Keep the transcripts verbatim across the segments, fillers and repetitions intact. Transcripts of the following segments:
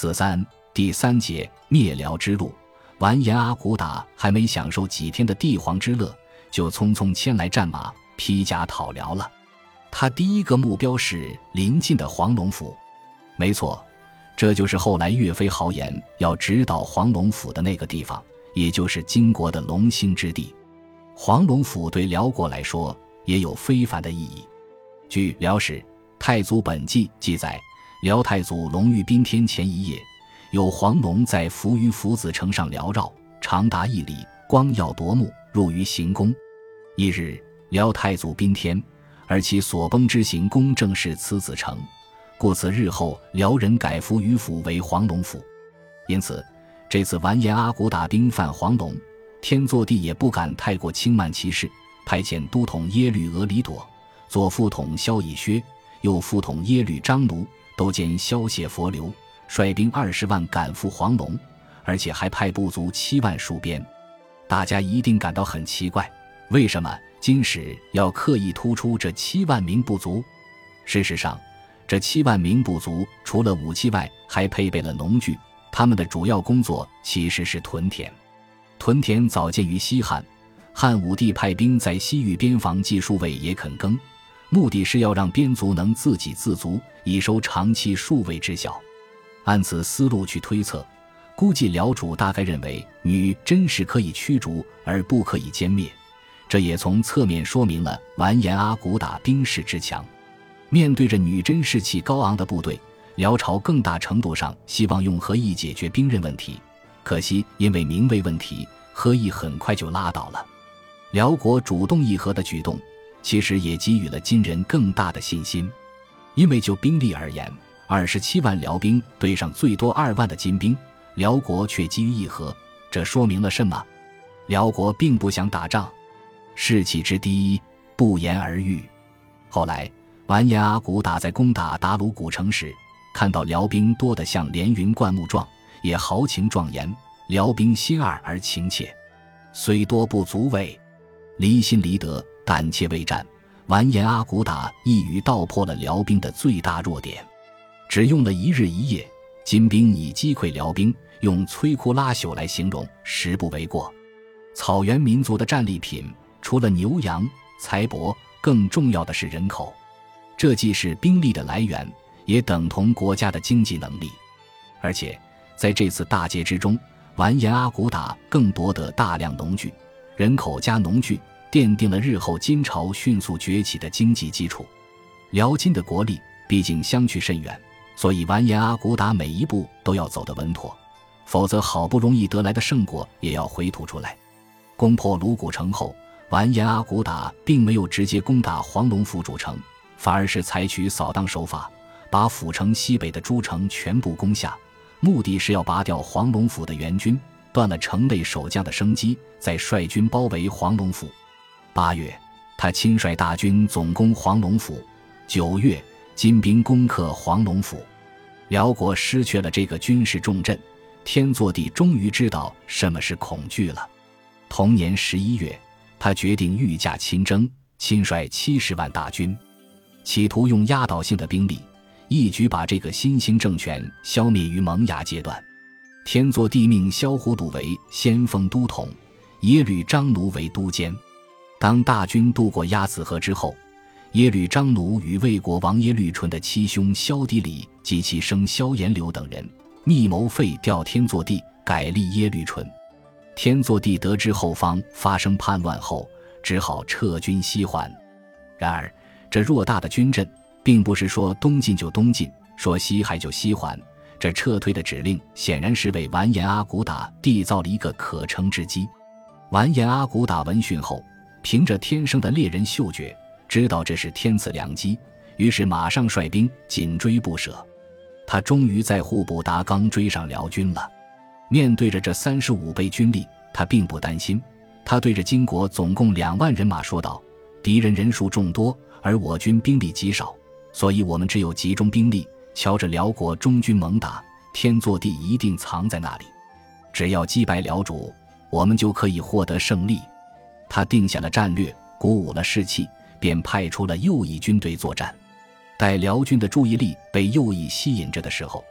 四三第三节灭辽之路。完颜阿骨打还没享受几天的帝皇之乐，就匆匆牵来战马，披甲讨辽了。他第一个目标是临近的黄龙府。没错，这就是后来岳飞豪言要直捣黄龙府的那个地方，也就是金国的龙兴之地。黄龙府对辽国来说也有非凡的意义。据《辽史·太祖本纪》记载，辽太祖龙御宾天前一夜，有黄龙在扶余府子城上缭绕，长达一里，光耀夺目，入于行宫。一日，辽太祖宾天，而其所崩之行宫正是此子城，故此日后辽人改扶余府为黄龙府。因此这次完颜阿骨打兵犯黄龙，天祚帝也不敢太过轻慢其事，派遣都统耶律额里朵、左副统萧以薛、右副统耶律张奴都兼萧谢佛流，率兵二十万赶赴黄龙，而且还派部族七万戍边。大家一定感到很奇怪，为什么金史要刻意突出这七万名部族？事实上，这七万名部族除了武器外，还配备了农具，他们的主要工作其实是屯田。屯田早见于西汉，汉武帝派兵在西域边防计数位野垦耕，目的是要让边族能自给自足，以收长期数位之效。按此思路去推测，估计辽主大概认为女真是可以驱逐而不可以歼灭，这也从侧面说明了完颜阿骨打兵势之强。面对着女真士气高昂的部队，辽朝更大程度上希望用和议解决兵刃问题，可惜因为名位问题，和议很快就拉倒了。辽国主动议和的举动其实也给予了金人更大的信心，因为就兵力而言，二十七万辽兵对上最多二万的金兵，辽国却急于议和，这说明了什么？辽国并不想打仗，士气之低不言而喻。后来完颜阿骨打在攻打达鲁古城时，看到辽兵多得像连云灌木状，也豪情壮言，辽兵心二而情切，虽多不足畏，离心离德，胆怯未战。完颜阿骨打一语道破了辽兵的最大弱点。只用了一日一夜，金兵以击溃辽兵，用摧枯拉朽来形容实不为过。草原民族的战利品除了牛羊财帛，更重要的是人口，这既是兵力的来源，也等同国家的经济能力。而且在这次大捷之中，完颜阿骨打更夺得大量农具，人口加农具奠定了日后金朝迅速崛起的经济基础。辽金的国力毕竟相去甚远，所以完颜阿骨打每一步都要走得稳妥，否则好不容易得来的胜果也要回吐出来。攻破鲁古城后，完颜阿骨打并没有直接攻打黄龙府主城，反而是采取扫荡手法，把府城西北的诸城全部攻下，目的是要拔掉黄龙府的援军，断了城内守将的生机，再率军包围黄龙府。八月，他亲率大军总攻黄龙府。九月，金兵攻克黄龙府。辽国失去了这个军事重镇，天祚帝终于知道什么是恐惧了。同年十一月，他决定御驾亲征，亲率七十万大军，企图用压倒性的兵力，一举把这个新兴政权消灭于萌芽阶段。天祚帝命萧胡虏为先锋都统，耶律张奴为都监。当大军渡过鸭子河之后，耶律张奴与魏国王耶律纯的七兄萧迪里及其生萧延柳等人密谋废掉天祚帝，改立耶律纯。天祚帝得知后方发生叛乱后，只好撤军西还。然而这偌大的军阵并不是说东进就东进，说西还就西还，这撤退的指令显然是为完颜阿骨打缔造了一个可乘之机。完颜阿骨打闻讯后，凭着天生的猎人嗅觉，知道这是天赐良机，于是马上率兵紧追不舍。他终于在户部达纲追上辽军了。面对着这三十五倍军力，他并不担心。他对着金国总共两万人马说道：敌人人数众多，而我军兵力极少，所以我们只有集中兵力，瞧着辽国中军猛打，天祚帝一定藏在那里，只要击败辽主，我们就可以获得胜利。他定下了战略，鼓舞了士气，便派出了右翼军队作战。待辽军的注意力被右翼吸引着的时候，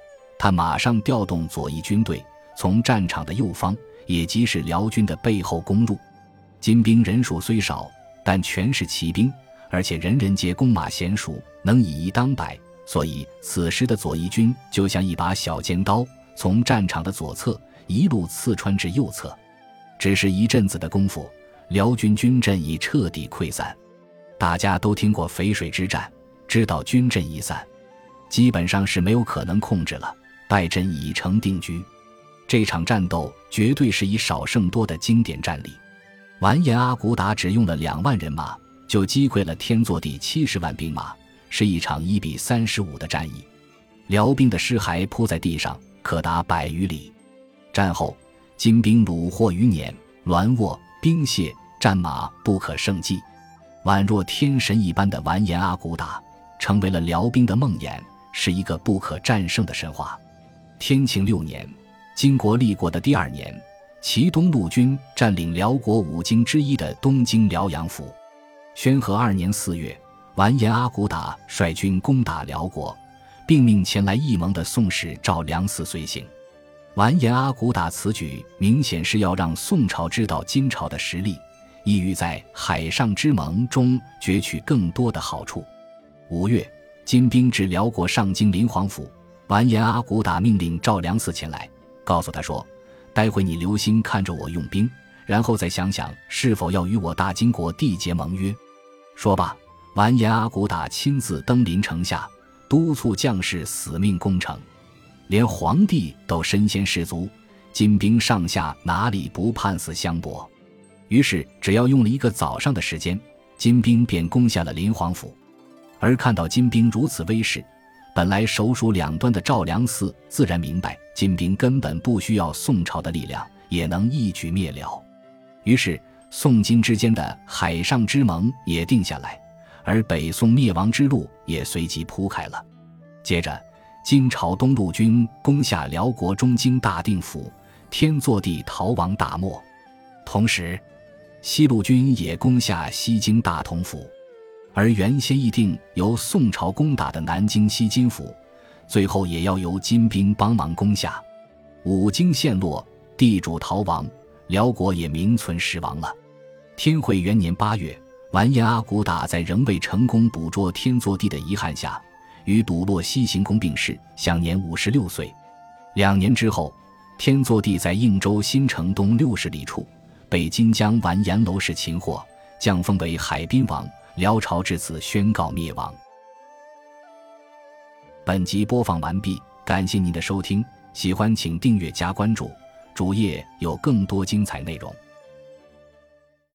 他马上调动左翼军队，从战场的右方，也即是辽军的背后攻入。金兵人数虽少，但全是骑兵，而且人人皆弓马娴熟，能以一当百，所以此时的左翼军就像一把小尖刀，从战场的左侧一路刺穿至右侧。只是一阵子的功夫，辽军军阵已彻底溃散。大家都听过淝水之战，知道军阵一散，基本上是没有可能控制了，败阵已成定局。这场战斗绝对是以少胜多的经典战例。完颜阿骨打只用了两万人马，就击溃了天祚帝七十万兵马，是一场一比三十五的战役。辽兵的尸骸铺在地上，可达百余里。战后，金兵虏获余辇、栾沃、兵械、战马不可胜计，宛若天神一般的完颜阿骨打，成为了辽兵的梦魇，是一个不可战胜的神话。天庆六年，金国立国的第二年，齐东路军占领辽国五京之一的东京辽阳府。宣和二年四月，完颜阿骨打率军攻打辽国，并命前来议盟的宋使赵良嗣随行。完颜阿骨打此举明显是要让宋朝知道金朝的实力，意欲在海上之盟中攫取更多的好处。五月，金兵至辽国上京临皇府，完颜阿骨打命令赵良嗣前来，告诉他说，待会你留心看着我用兵，然后再想想是否要与我大金国缔结盟约。说罢，完颜阿骨打亲自登临城下，督促将士死命攻城。连皇帝都身先士卒，金兵上下哪里不判死相搏？于是只要用了一个早上的时间，金兵便攻下了临皇府。而看到金兵如此威势，本来手属两端的赵良嗣自然明白，金兵根本不需要宋朝的力量，也能一举灭辽。于是宋金之间的海上之盟也定下来，而北宋灭亡之路也随即铺开了。接着，金朝东路军攻下辽国中京大定府，天祚帝逃亡大没。同时，西路军也攻下西京大同府，而原先议定由宋朝攻打的南京西津府，最后也要由金兵帮忙攻下。五京陷落，地主逃亡，辽国也名存实亡了。天会元年八月，完颜阿骨打在仍未成功捕捉天祚帝的遗憾下，与笃洛西行宫病逝，享年五十六岁。两年之后，天祚帝在应州新城东六十里处被金将完颜娄氏擒获，降封为海滨王，辽朝至此宣告灭亡。本集播放完毕，感谢您的收听，喜欢请订阅加关注，主页有更多精彩内容。